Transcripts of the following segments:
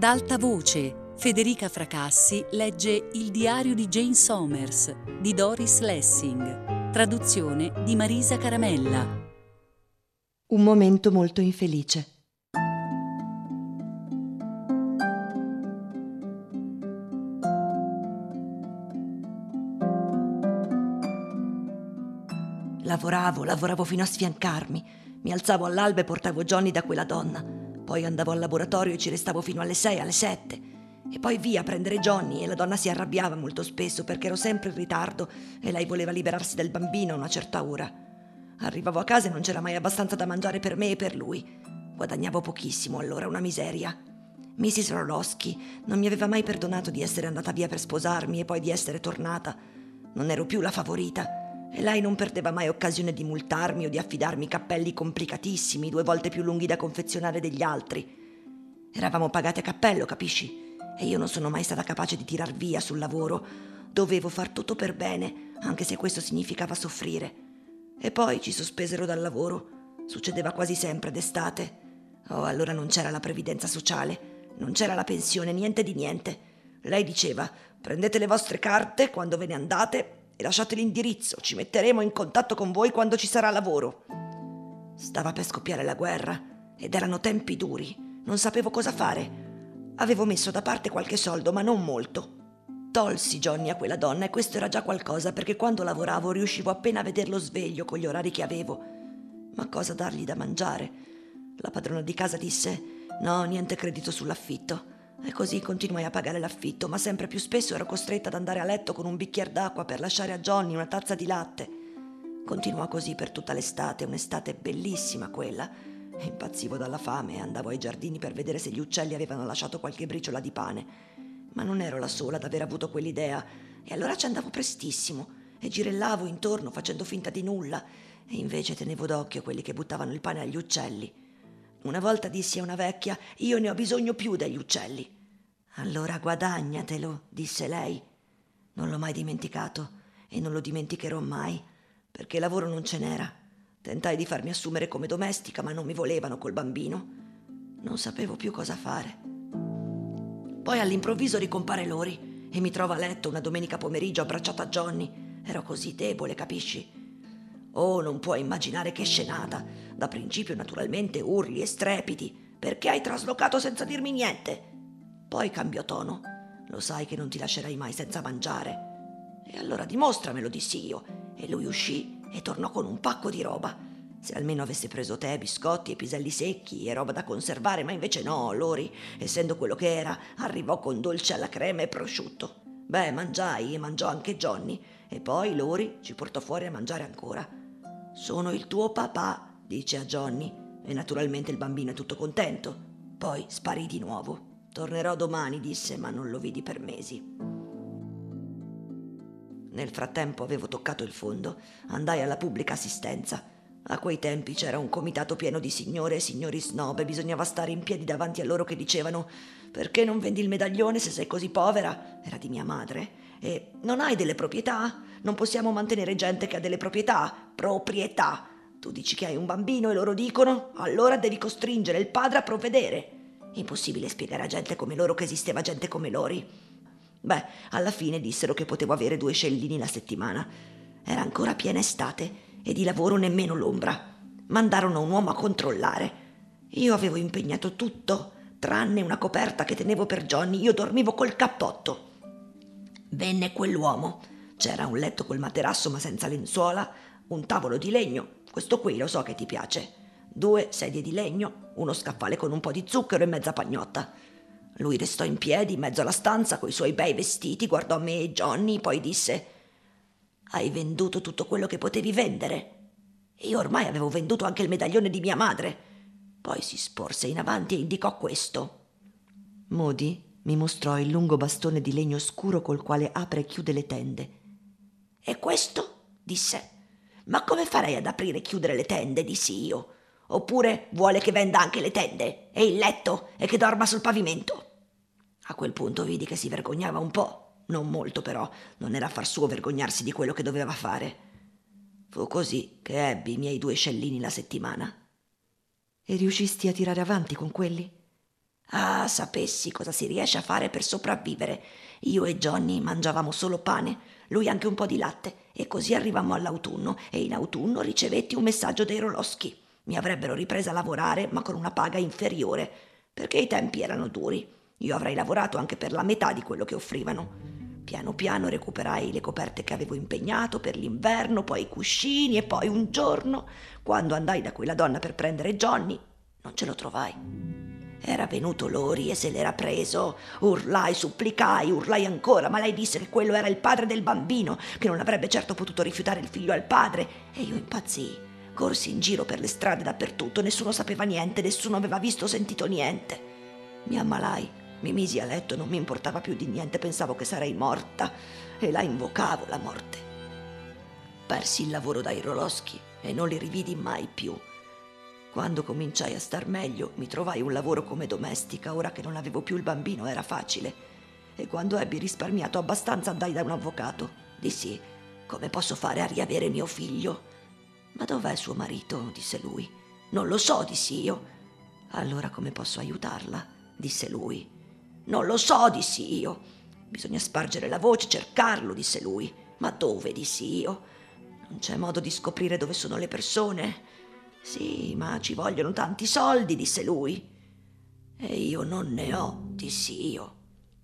Ad alta voce, Federica Fracassi legge Il diario di Jane Somers di Doris Lessing, traduzione di Marisa Caramella. Un momento molto infelice. Lavoravo fino a sfiancarmi. Mi alzavo all'alba e portavo Johnny da quella donna. Poi andavo al laboratorio e ci restavo fino alle 6, alle 7. E poi via a prendere Johnny, e la donna si arrabbiava molto spesso perché ero sempre in ritardo e lei voleva liberarsi del bambino a una certa ora. Arrivavo a casa e non c'era mai abbastanza da mangiare per me e per lui. Guadagnavo pochissimo allora, una miseria. Mrs. Rorosky non mi aveva mai perdonato di essere andata via per sposarmi e poi di essere tornata. Non ero più la favorita. E lei non perdeva mai occasione di multarmi o di affidarmi cappelli complicatissimi, 2 volte più lunghi da confezionare degli altri. Eravamo pagate a cappello, capisci? E io non sono mai stata capace di tirar via sul lavoro. Dovevo far tutto per bene, anche se questo significava soffrire. E poi ci sospesero dal lavoro. Succedeva quasi sempre d'estate. Oh, allora non c'era la previdenza sociale, non c'era la pensione, niente di niente. Lei diceva: prendete le vostre carte quando ve ne andate e lasciate l'indirizzo, ci metteremo in contatto con voi quando ci sarà lavoro. Stava per scoppiare la guerra ed erano tempi duri, non sapevo cosa fare. Avevo messo da parte qualche soldo, ma non molto. Tolsi Johnny a quella donna e questo era già qualcosa, perché quando lavoravo riuscivo appena a vederlo sveglio con gli orari che avevo. Ma cosa dargli da mangiare? La padrona di casa disse: no, niente credito sull'affitto. E così continuai a pagare l'affitto, ma sempre più spesso ero costretta ad andare a letto con un bicchiere d'acqua per lasciare a Johnny una tazza di latte. Continuò così per tutta l'estate, un'estate bellissima quella. Impazzivo dalla fame e andavo ai giardini per vedere se gli uccelli avevano lasciato qualche briciola di pane. Ma non ero la sola ad aver avuto quell'idea, e allora ci andavo prestissimo e girellavo intorno facendo finta di nulla, e invece tenevo d'occhio quelli che buttavano il pane agli uccelli. Una volta dissi a una vecchia: io ne ho bisogno più degli uccelli. Allora guadagnatelo, disse lei. Non l'ho mai dimenticato e non lo dimenticherò mai, perché lavoro non ce n'era. Tentai di farmi assumere come domestica, ma non mi volevano col bambino. Non sapevo più cosa fare. Poi all'improvviso ricompare Lori e mi trovo a letto una domenica pomeriggio abbracciata a Johnny. Ero così debole, capisci? Oh, non puoi immaginare che scenata. Da principio naturalmente urli e strepiti. Perché hai traslocato senza dirmi niente? Poi cambiò tono. Lo sai che non ti lascerai mai senza mangiare. E allora dimostramelo, dissi io. E lui uscì e tornò con un pacco di roba. Se almeno avesse preso tè, biscotti e piselli secchi e roba da conservare, ma invece no, Lori, essendo quello che era, arrivò con dolce alla crema e prosciutto. Beh, mangiai e mangiò anche Johnny. E poi Lori ci portò fuori a mangiare ancora. Sono il tuo papà, dice a Johnny, e naturalmente il bambino è tutto contento. Poi sparì di nuovo. Tornerò domani, disse, ma non lo vidi per mesi. Nel frattempo avevo toccato il fondo. Andai alla pubblica assistenza. A quei tempi c'era un comitato pieno di signore e signori snob e bisognava stare in piedi davanti a loro che dicevano: perché non vendi il medaglione se sei così povera? Era di mia madre. E non hai delle proprietà? Non possiamo mantenere gente che ha delle proprietà. Proprietà. Tu dici che hai un bambino e loro dicono: allora devi costringere il padre a provvedere. Impossibile spiegare a gente come loro che esisteva gente come Lori. Beh, alla fine dissero che potevo avere 2 scellini la settimana. Era ancora piena estate e di lavoro nemmeno l'ombra. Mandarono un uomo a controllare. Io avevo impegnato tutto, tranne una coperta che tenevo per Johnny. Io dormivo col cappotto. Venne quell'uomo. C'era un letto col materasso ma senza lenzuola, un tavolo di legno, questo qui lo so che ti piace, 2 sedie di legno, uno scaffale con un po' di zucchero e mezza pagnotta. Lui restò in piedi in mezzo alla stanza coi suoi bei vestiti, guardò me e Johnny, poi disse: hai venduto tutto quello che potevi vendere? Io ormai avevo venduto anche il medaglione di mia madre. Poi si sporse in avanti e indicò questo. Modi mi mostrò il lungo bastone di legno scuro col quale apre e chiude le tende. E questo? Disse. Ma come farei ad aprire e chiudere le tende? Dissi io. Oppure vuole che venda anche le tende e il letto e che dorma sul pavimento? A quel punto vidi che si vergognava un po', non molto però, non era affar suo vergognarsi di quello che doveva fare. Fu così che ebbi i miei 2 scellini la settimana. E riuscisti a tirare avanti con quelli? Ah, sapessi cosa si riesce a fare per sopravvivere. Io e Johnny mangiavamo solo pane, lui anche un po' di latte, e così arrivammo all'autunno, e in autunno ricevetti un messaggio dei Roloschi. Mi avrebbero ripresa a lavorare, ma con una paga inferiore, perché i tempi erano duri. Io avrei lavorato anche per la metà di quello che offrivano. Piano piano recuperai le coperte che avevo impegnato per l'inverno, poi i cuscini, e poi un giorno, quando andai da quella donna per prendere Johnny, non ce lo trovai. Era venuto Lori e se l'era preso. Urlai, supplicai, urlai ancora, ma lei disse che quello era il padre del bambino, che non avrebbe certo potuto rifiutare il figlio al padre, e io impazzii. Corsi in giro per le strade dappertutto, nessuno sapeva niente, nessuno aveva visto o sentito niente. Mi ammalai, mi misi a letto, non mi importava più di niente, pensavo che sarei morta e la invocavo la morte. Persi il lavoro dai Roloschi e non li rividi mai più. Quando cominciai a star meglio, mi trovai un lavoro come domestica, ora che non avevo più il bambino era facile. E quando ebbi risparmiato abbastanza andai da un avvocato. Dissi, come posso fare a riavere mio figlio? Ma dov'è suo marito? Disse lui. Non lo so, dissi io. Allora come posso aiutarla? Disse lui. Non lo so, dissi io. Bisogna spargere la voce, cercarlo, disse lui. Ma dove? Dissi io. Non c'è modo di scoprire dove sono le persone? Sì, ma ci vogliono tanti soldi, disse lui. E io non ne ho, dissi io.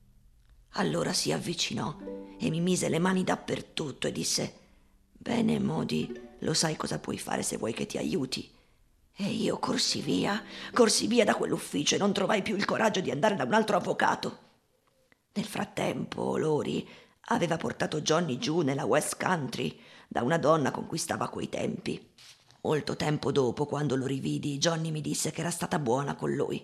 Allora si avvicinò e mi mise le mani dappertutto e disse: Bene, Modi, lo sai cosa puoi fare se vuoi che ti aiuti? E io corsi via da quell'ufficio e non trovai più il coraggio di andare da un altro avvocato. Nel frattempo, Lori aveva portato Johnny giù nella West Country da una donna con cui stava a quei tempi. Molto tempo dopo, quando lo rividi, Johnny mi disse che era stata buona con lui.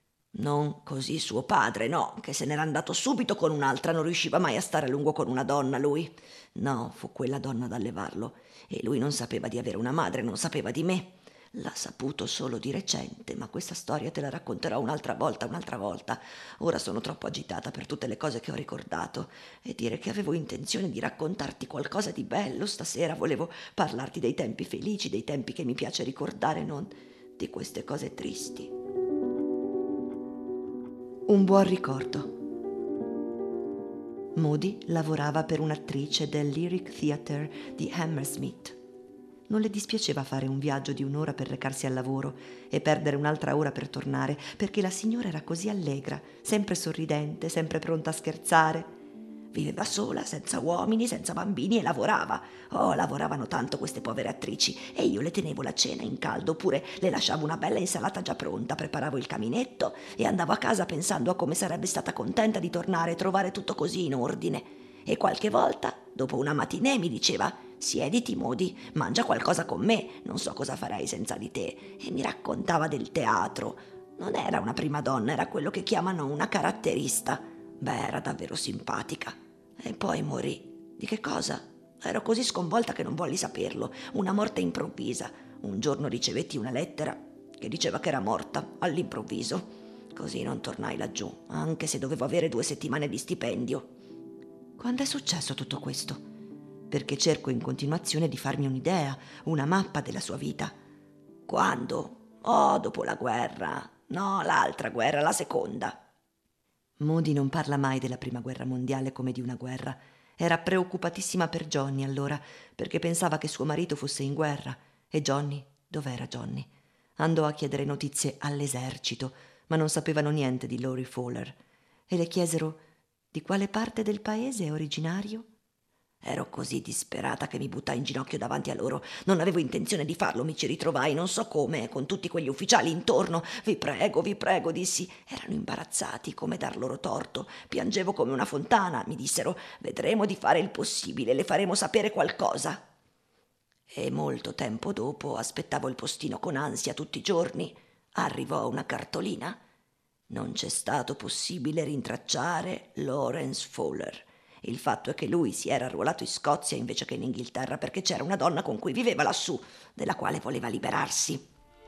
Non così suo padre, no, che se n'era andato subito con un'altra, non riusciva mai a stare a lungo con una donna, lui. No, fu quella donna ad allevarlo, e lui non sapeva di avere una madre, non sapeva di me. L'ha saputo solo di recente, ma questa storia te la racconterò un'altra volta, un'altra volta. Ora sono troppo agitata per tutte le cose che ho ricordato, e dire che avevo intenzione di raccontarti qualcosa di bello stasera. Volevo parlarti dei tempi felici, dei tempi che mi piace ricordare, non di queste cose tristi. Un buon ricordo. Modi lavorava per un'attrice del Lyric Theatre di Hammersmith. Non le dispiaceva fare un viaggio di un'ora per recarsi al lavoro e perdere un'altra ora per tornare, perché la signora era così allegra, sempre sorridente, sempre pronta a scherzare. Viveva sola, senza uomini, senza bambini, e lavorava. Oh, lavoravano tanto queste povere attrici, e io le tenevo la cena in caldo, oppure le lasciavo una bella insalata già pronta, preparavo il caminetto e andavo a casa pensando a come sarebbe stata contenta di tornare e trovare tutto così in ordine. E qualche volta, dopo una matinée, mi diceva: siediti, Modi, mangia qualcosa con me, non so cosa farei senza di te. E mi raccontava del teatro. Non era una prima donna, era quello che chiamano una caratterista. Beh, era davvero simpatica. E poi morì. Di che cosa? Ero così sconvolta che non volli saperlo. Una morte improvvisa. Un giorno ricevetti una lettera che diceva che era morta, all'improvviso. Così non tornai laggiù, anche se dovevo avere 2 settimane di stipendio. Quando è successo tutto questo? Perché cerco in continuazione di farmi un'idea, una mappa della sua vita. Quando? Oh, dopo la guerra. No, l'altra guerra, la seconda. Modi non parla mai della prima guerra mondiale come di una guerra. Era preoccupatissima per Johnny allora, perché pensava che suo marito fosse in guerra. E Johnny? Dov'era Johnny? Andò a chiedere notizie all'esercito, ma non sapevano niente di Lori Fowler. E le chiesero: di quale parte del paese è originario? Ero così disperata che mi buttai in ginocchio davanti a loro. Non avevo intenzione di farlo, mi ci ritrovai, non so come, con tutti quegli ufficiali intorno. Vi prego, dissi. Erano imbarazzati, come dar loro torto. Piangevo come una fontana. Mi dissero: vedremo di fare il possibile, le faremo sapere qualcosa. E molto tempo dopo, aspettavo il postino con ansia tutti i giorni. Arrivò una cartolina. Non c'è stato possibile rintracciare Lawrence Fowler. Il fatto è che lui si era arruolato in Scozia invece che in Inghilterra, perché c'era una donna con cui viveva lassù, della quale voleva liberarsi.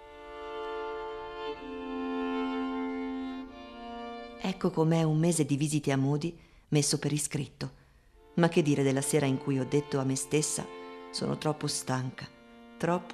Ecco com'è un mese di visite a Modi messo per iscritto. Ma che dire della sera in cui ho detto a me stessa: sono troppo stanca,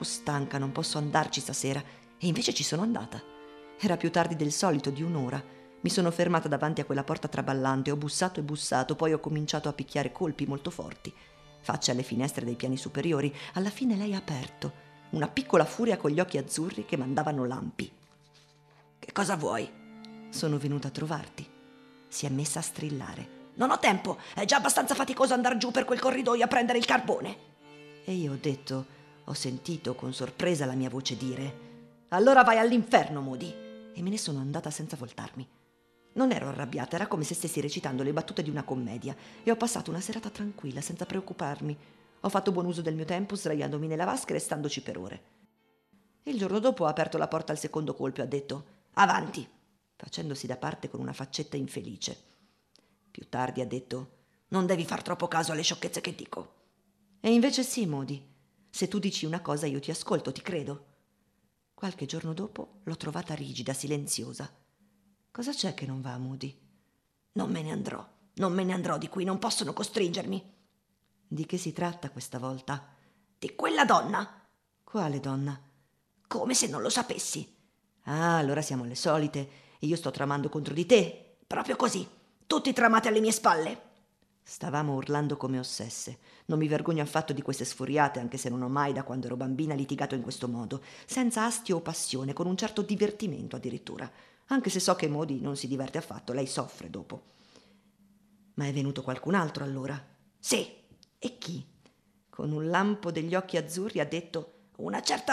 non posso andarci stasera, e invece ci sono andata. Era più tardi del solito di un'ora, Mi sono fermata davanti a quella porta traballante, ho bussato e bussato, poi ho cominciato a picchiare colpi molto forti, facce alle finestre dei piani superiori. Alla fine lei ha aperto, una piccola furia con gli occhi azzurri che mandavano lampi. «Che cosa vuoi?» «Sono venuta a trovarti». Si è messa a strillare. «Non ho tempo, è già abbastanza faticoso andare giù per quel corridoio a prendere il carbone». E io ho sentito con sorpresa la mia voce dire: «Allora vai all'inferno, Moody!» E me ne sono andata senza voltarmi. Non ero arrabbiata, era come se stessi recitando le battute di una commedia e ho passato una serata tranquilla, senza preoccuparmi. Ho fatto buon uso del mio tempo sdraiandomi nella vasca e restandoci per ore. Il giorno dopo ha aperto la porta al secondo colpo e ha detto: «Avanti!» facendosi da parte con una faccetta infelice. Più tardi ha detto: «Non devi far troppo caso alle sciocchezze che dico». E invece sì, Moody. Se tu dici una cosa io ti ascolto, ti credo. Qualche giorno dopo l'ho trovata rigida, silenziosa. «Cosa c'è che non va, Moody?» Non me ne andrò di qui, non possono costringermi». «Di che si tratta questa volta?» «Di quella donna». «Quale donna?» «Come se non lo sapessi». «Ah, allora siamo le solite. Io sto tramando contro di te». «Proprio così, tutti tramate alle mie spalle». Stavamo urlando come ossesse. Non mi vergogno affatto di queste sfuriate, anche se non ho mai, da quando ero bambina, litigato in questo modo, senza astio o passione, con un certo divertimento addirittura. Anche se so che Modi non si diverte affatto, lei soffre dopo. «Ma è venuto qualcun altro allora?» «Sì». «E chi?» Con un lampo degli occhi azzurri ha detto: «Una certa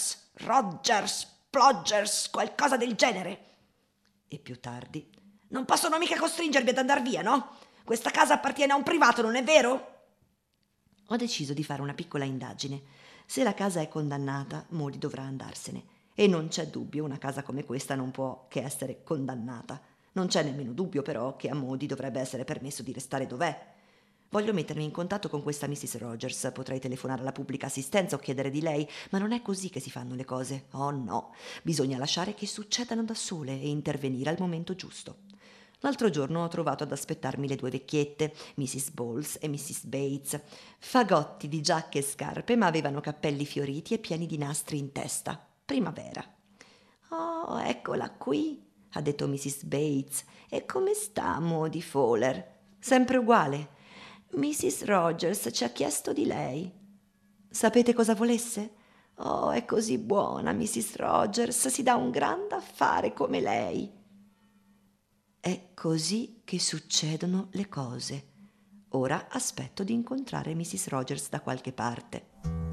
Plodgers, qualcosa del genere». E più tardi: «Non possono mica costringermi ad andar via, no? Questa casa appartiene a un privato, non è vero?» Ho deciso di fare una piccola indagine. Se la casa è condannata, Modi dovrà andarsene. E non c'è dubbio, una casa come questa non può che essere condannata. Non c'è nemmeno dubbio, però, che a Modi dovrebbe essere permesso di restare dov'è. Voglio mettermi in contatto con questa Mrs. Rogers, potrei telefonare alla pubblica assistenza o chiedere di lei, ma non è così che si fanno le cose. Oh no, bisogna lasciare che succedano da sole e intervenire al momento giusto. L'altro giorno ho trovato ad aspettarmi le due vecchiette, Mrs. Bowles e Mrs. Bates, fagotti di giacche e scarpe, ma avevano cappelli fioriti e pieni di nastri in testa. Primavera. «Oh, eccola qui», ha detto Mrs. Bates. «E come sta Maudie Fowler?» «Sempre uguale. Mrs. Rogers ci ha chiesto di lei». «Sapete cosa volesse?» «Oh, è così buona Mrs. Rogers, si dà un gran da fare come lei». È così che succedono le cose. Ora aspetto di incontrare Mrs. Rogers da qualche parte.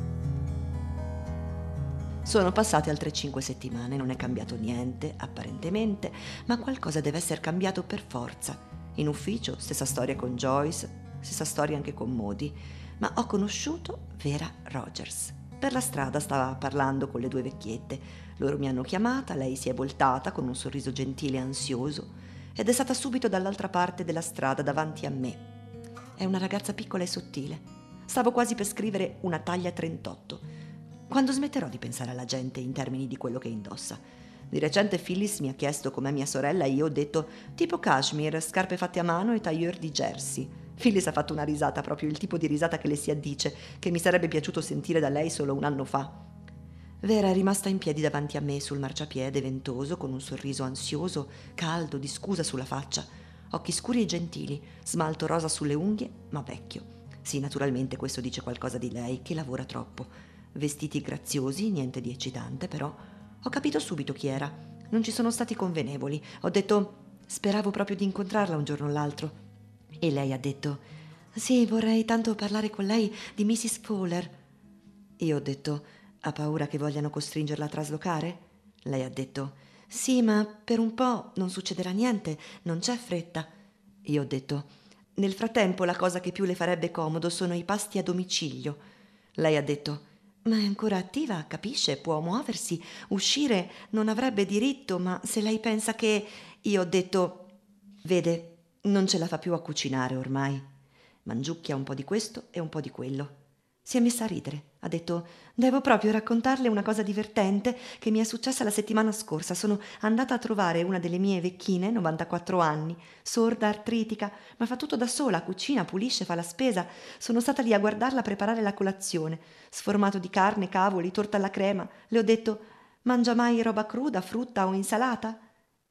Sono passate altre 5 settimane, non è cambiato niente, apparentemente, ma qualcosa deve essere cambiato per forza. In ufficio, stessa storia con Joyce, stessa storia anche con Modi, ma ho conosciuto Vera Rogers. Per la strada stava parlando con le due vecchiette. Loro mi hanno chiamata, lei si è voltata con un sorriso gentile e ansioso ed è stata subito dall'altra parte della strada davanti a me. È una ragazza piccola e sottile. Stavo quasi per scrivere una taglia 38. Quando smetterò di pensare alla gente in termini di quello che indossa? Di recente Phyllis mi ha chiesto com'è mia sorella e io ho detto tipo cashmere, scarpe fatte a mano e tailleur di jersey. Phyllis ha fatto una risata, proprio il tipo di risata che le si addice, che mi sarebbe piaciuto sentire da lei solo un anno fa. Vera è rimasta in piedi davanti a me sul marciapiede ventoso, con un sorriso ansioso, caldo, di scusa sulla faccia, occhi scuri e gentili, smalto rosa sulle unghie, ma vecchio. Sì, naturalmente questo dice qualcosa di lei, che lavora troppo. Vestiti graziosi, niente di eccitante, però ho capito subito chi era. Non ci sono stati convenevoli. Ho detto: speravo proprio di incontrarla un giorno o l'altro. E lei ha detto: sì, vorrei tanto parlare con lei di Mrs. Fowler. Io ho detto: ha paura che vogliano costringerla a traslocare? Lei ha detto: sì, ma per un po' non succederà niente, non c'è fretta. Io ho detto: nel frattempo la cosa che più le farebbe comodo sono i pasti a domicilio. Lei ha detto: ma è ancora attiva, capisce, può muoversi, uscire, non avrebbe diritto, ma se lei pensa che... Io ho detto: vede, non ce la fa più a cucinare ormai. Mangiucchia un po' di questo e un po' di quello. Si è messa a ridere. Ha detto: devo proprio raccontarle una cosa divertente che mi è successa la settimana scorsa. Sono andata a trovare una delle mie vecchine, 94 anni, sorda, artritica, ma fa tutto da sola, cucina, pulisce, fa la spesa. Sono stata lì a guardarla preparare la colazione, sformato di carne, cavoli, torta alla crema. Le ho detto: mangia mai roba cruda, frutta o insalata?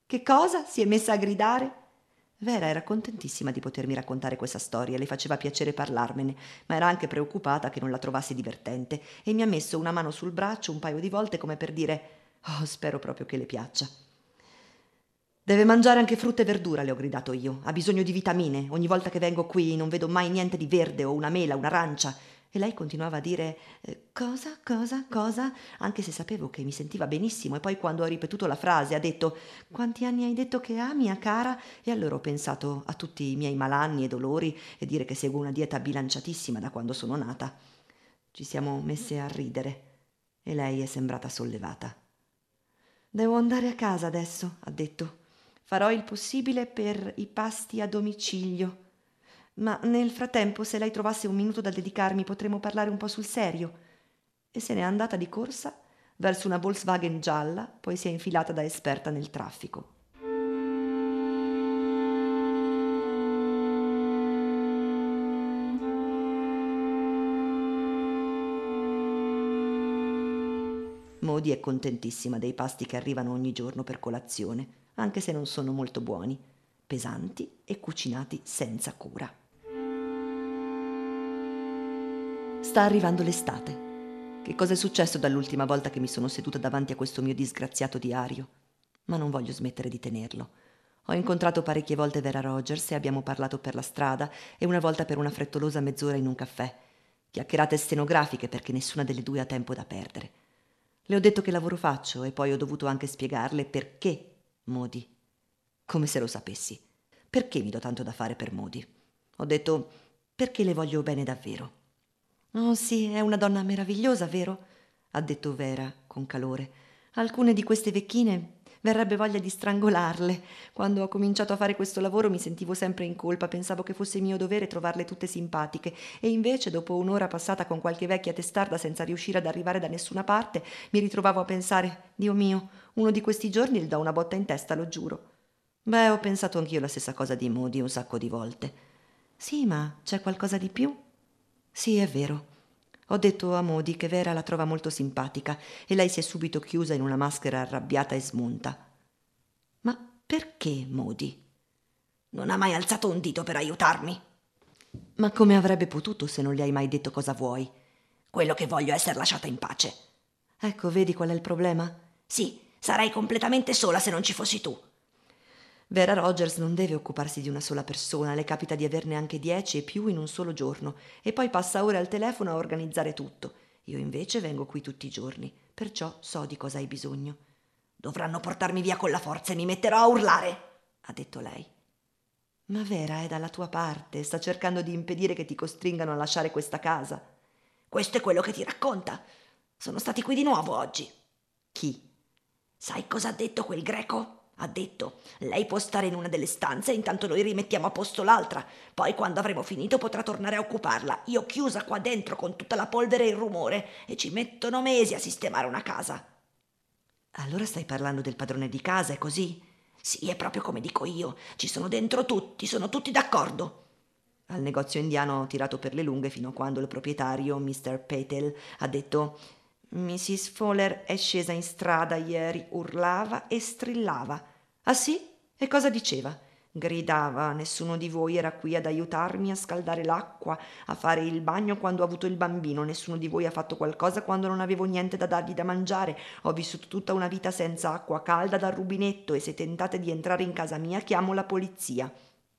Che cosa? Si è messa a gridare? Vera era contentissima di potermi raccontare questa storia, le faceva piacere parlarmene, ma era anche preoccupata che non la trovassi divertente e mi ha messo una mano sul braccio un paio di volte come per dire «Oh, spero proprio che le piaccia». «Deve mangiare anche frutta e verdura», le ho gridato io. «Ha bisogno di vitamine. Ogni volta che vengo qui non vedo mai niente di verde o una mela, un'arancia». E lei continuava a dire cosa, anche se sapevo che mi sentiva benissimo. E poi quando ho ripetuto la frase ha detto «Quanti anni hai detto che ha, mia cara?» E allora ho pensato a tutti i miei malanni e dolori e dire che seguo una dieta bilanciatissima da quando sono nata. Ci siamo messe a ridere e lei è sembrata sollevata. «Devo andare a casa adesso», ha detto. «Farò il possibile per i pasti a domicilio. Ma nel frattempo, se lei trovasse un minuto da dedicarmi, potremmo parlare un po' sul serio». E se n'è andata di corsa verso una Volkswagen gialla, poi si è infilata da esperta nel traffico. Modi è contentissima dei pasti che arrivano ogni giorno per colazione, anche se non sono molto buoni, pesanti e cucinati senza cura. Sta arrivando l'estate. Che cosa è successo dall'ultima volta che mi sono seduta davanti a questo mio disgraziato diario? Ma non voglio smettere di tenerlo. Ho incontrato parecchie volte Vera Rogers e abbiamo parlato per la strada e una volta per una frettolosa mezz'ora in un caffè. Chiacchierate stenografiche perché nessuna delle due ha tempo da perdere. Le ho detto che lavoro faccio e poi ho dovuto anche spiegarle perché Modi. Come se lo sapessi. Perché mi do tanto da fare per Modi? Ho detto perché le voglio bene davvero. «Oh sì, è una donna meravigliosa, vero?» ha detto Vera con calore. «Alcune di queste vecchine verrebbe voglia di strangolarle. Quando ho cominciato a fare questo lavoro mi sentivo sempre in colpa, pensavo che fosse mio dovere trovarle tutte simpatiche e invece dopo un'ora passata con qualche vecchia testarda senza riuscire ad arrivare da nessuna parte mi ritrovavo a pensare «Dio mio, uno di questi giorni gli do una botta in testa, lo giuro». Beh, ho pensato anch'io la stessa cosa di Modi un sacco di volte. «Sì, ma c'è qualcosa di più?» «Sì, è vero». Ho detto a Modi che Vera la trova molto simpatica e lei si è subito chiusa in una maschera arrabbiata e smunta. «Ma perché Modi?» «Non ha mai alzato un dito per aiutarmi». «Ma come avrebbe potuto se non gli hai mai detto cosa vuoi?» «Quello che voglio è essere lasciata in pace». «Ecco, vedi qual è il problema?» «Sì, sarei completamente sola se non ci fossi tu». Vera Rogers non deve occuparsi di una sola persona, le capita di averne anche 10 e più in un solo giorno, e poi passa ore al telefono a organizzare tutto. Io invece vengo qui tutti i giorni, perciò so di cosa hai bisogno. «Dovranno portarmi via con la forza e mi metterò a urlare», ha detto lei. «Ma Vera è dalla tua parte, sta cercando di impedire che ti costringano a lasciare questa casa». «Questo è quello che ti racconta. Sono stati qui di nuovo oggi». «Chi?» «Sai cosa ha detto quel greco?» Ha detto, lei può stare in una delle stanze e intanto noi rimettiamo a posto l'altra. Poi quando avremo finito potrà tornare a occuparla. Io chiusa qua dentro con tutta la polvere e il rumore e ci mettono mesi a sistemare una casa». «Allora stai parlando del padrone di casa, è così?» «Sì, è proprio come dico io. Ci sono dentro tutti, sono tutti d'accordo». Al negozio indiano ho tirato per le lunghe fino a quando il proprietario, Mr. Patel, ha detto «Mrs. Fowler è scesa in strada ieri, urlava e strillava». «Ah sì? E cosa diceva?» «Gridava, nessuno di voi era qui ad aiutarmi a scaldare l'acqua, a fare il bagno quando ho avuto il bambino, nessuno di voi ha fatto qualcosa quando non avevo niente da dargli da mangiare, ho vissuto tutta una vita senza acqua calda dal rubinetto e se tentate di entrare in casa mia chiamo la polizia».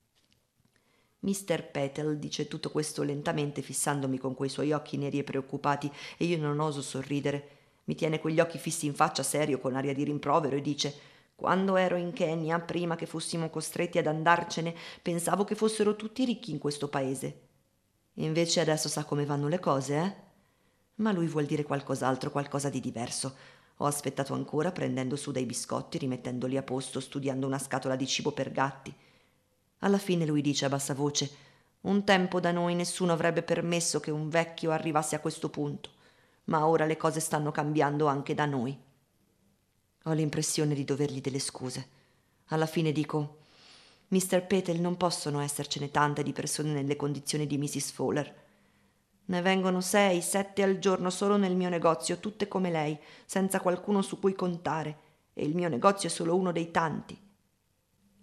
Mr. Petel dice tutto questo lentamente, fissandomi con quei suoi occhi neri e preoccupati, e io non oso sorridere. Mi tiene quegli occhi fissi in faccia, serio, con aria di rimprovero, e dice «Quando ero in Kenya, prima che fossimo costretti ad andarcene, pensavo che fossero tutti ricchi in questo paese. Invece adesso sa come vanno le cose, eh?» Ma lui vuol dire qualcos'altro, qualcosa di diverso. Ho aspettato ancora, prendendo su dei biscotti, rimettendoli a posto, studiando una scatola di cibo per gatti. Alla fine lui dice a bassa voce «Un tempo da noi nessuno avrebbe permesso che un vecchio arrivasse a questo punto, ma ora le cose stanno cambiando anche da noi». Ho l'impressione di dovergli delle scuse. Alla fine dico «Mr. Petel, non possono essercene tante di persone nelle condizioni di Mrs. Fowler. Ne vengono 6, 7 al giorno solo nel mio negozio, tutte come lei, senza qualcuno su cui contare, e il mio negozio è solo uno dei tanti.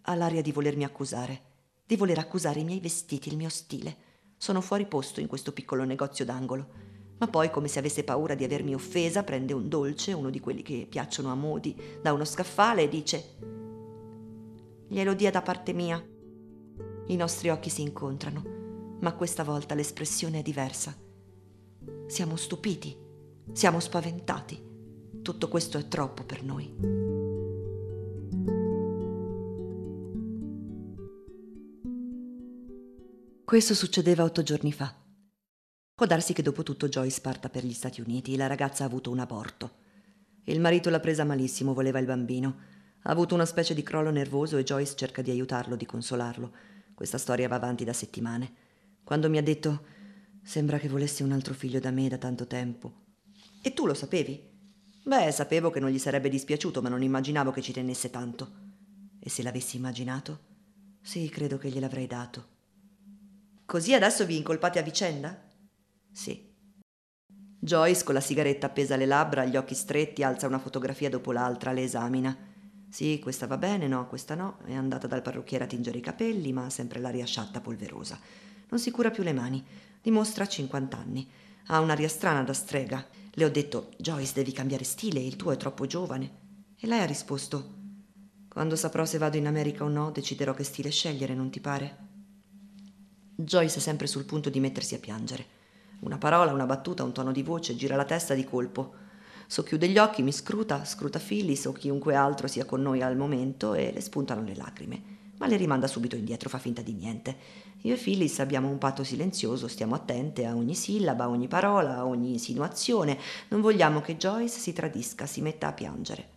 ha l'aria di volermi accusare, di voler accusare i miei vestiti, il mio stile. Sono fuori posto in questo piccolo negozio d'angolo. Ma poi, come se avesse paura di avermi offesa, prende un dolce, uno di quelli che piacciono a Modi, da uno scaffale e dice: «Glielo dia da parte mia». I nostri occhi si incontrano, ma questa volta l'espressione è diversa. Siamo stupiti, siamo spaventati. Tutto questo è troppo per noi. Questo succedeva 8 giorni fa. Può darsi che dopo tutto Joyce parta per gli Stati Uniti. La ragazza ha avuto un aborto. Il marito l'ha presa malissimo, voleva il bambino. Ha avuto una specie di crollo nervoso e Joyce cerca di aiutarlo, di consolarlo. Questa storia va avanti da settimane. Quando mi ha detto: «Sembra che volessi un altro figlio da me da tanto tempo». «E tu lo sapevi?» «Beh, sapevo che non gli sarebbe dispiaciuto, ma non immaginavo che ci tenesse tanto». «E se l'avessi immaginato?» «Sì, credo che gliel'avrei dato». «Così adesso vi incolpate a vicenda?» «Sì». Joyce, con la sigaretta appesa alle labbra, gli occhi stretti, alza una fotografia dopo l'altra, le esamina. «Sì, questa va bene, no, questa no». È andata dal parrucchiere a tingere i capelli, ma ha sempre l'aria sciatta, polverosa. Non si cura più le mani. Dimostra 50 anni. Ha un'aria strana da strega. Le ho detto: «Joyce, devi cambiare stile, il tuo è troppo giovane». E lei ha risposto: «Quando saprò se vado in America o no, deciderò che stile scegliere, non ti pare?» Joyce è sempre sul punto di mettersi a piangere. Una parola, una battuta, un tono di voce, gira la testa di colpo. Socchiude gli occhi, mi scruta Phyllis o chiunque altro sia con noi al momento e le spuntano le lacrime. Ma le rimanda subito indietro, fa finta di niente. Io e Phyllis abbiamo un patto silenzioso, stiamo attente a ogni sillaba, a ogni parola, a ogni insinuazione. Non vogliamo che Joyce si tradisca, si metta a piangere.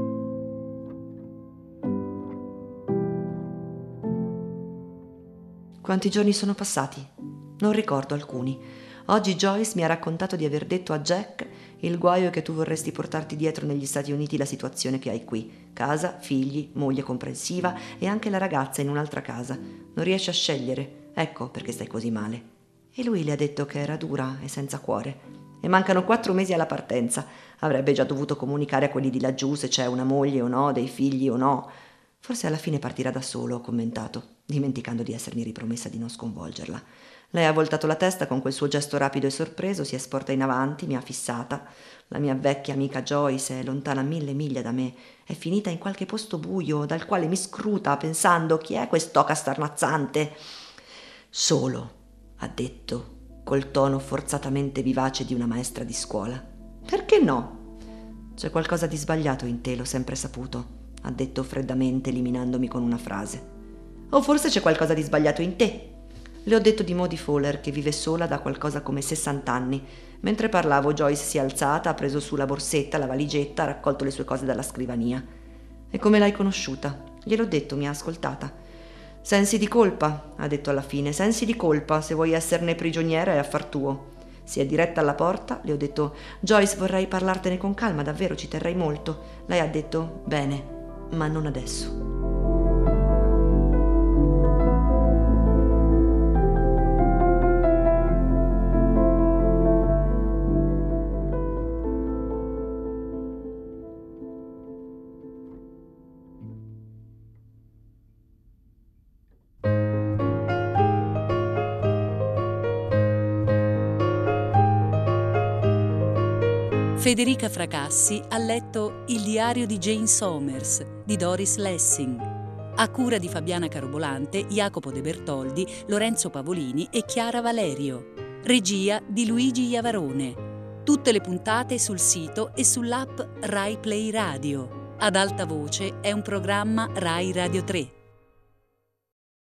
Quanti giorni sono passati? Non ricordo alcuni. Oggi Joyce mi ha raccontato di aver detto a Jack: «Il guaio è che tu vorresti portarti dietro negli Stati Uniti la situazione che hai qui. Casa, figli, moglie comprensiva e anche la ragazza in un'altra casa. Non riesci a scegliere. Ecco perché stai così male». E lui le ha detto che era dura e senza cuore. E mancano 4 mesi alla partenza. Avrebbe già dovuto comunicare a quelli di laggiù se c'è una moglie o no, dei figli o no. Forse alla fine partirà da solo, ho commentato, dimenticando di essermi ripromessa di non sconvolgerla. Lei ha voltato la testa con quel suo gesto rapido e sorpreso, si è sporta in avanti, mi ha fissata. La mia vecchia amica Joyce è lontana 1000 miglia da me, è finita in qualche posto buio dal quale mi scruta pensando: «Chi è quest'oca starnazzante?» «Solo», ha detto, col tono forzatamente vivace di una maestra di scuola. «Perché no?» «C'è qualcosa di sbagliato in te, l'ho sempre saputo», ha detto freddamente, eliminandomi con una frase. «O forse c'è qualcosa di sbagliato in te». Le ho detto di Maudie Fowler, che vive sola da qualcosa come 60 anni. Mentre parlavo, Joyce si è alzata, ha preso su la borsetta, la valigetta, ha raccolto le sue cose dalla scrivania. «E come l'hai conosciuta?» Gliel'ho detto, mi ha ascoltata. «Sensi di colpa», ha detto alla fine, «sensi di colpa, se vuoi esserne prigioniera è affar tuo». Si è diretta alla porta, le ho detto: «Joyce, vorrei parlartene con calma, davvero ci terrei molto». Lei ha detto: «Bene, ma non adesso». Federica Fracassi ha letto Il diario di Jane Somers di Doris Lessing, a cura di Fabiana Carobolante, Jacopo De Bertoldi, Lorenzo Pavolini e Chiara Valerio. Regia di Luigi Iavarone. Tutte le puntate sul sito e sull'app Rai Play Radio. Ad alta voce è un programma Rai Radio 3.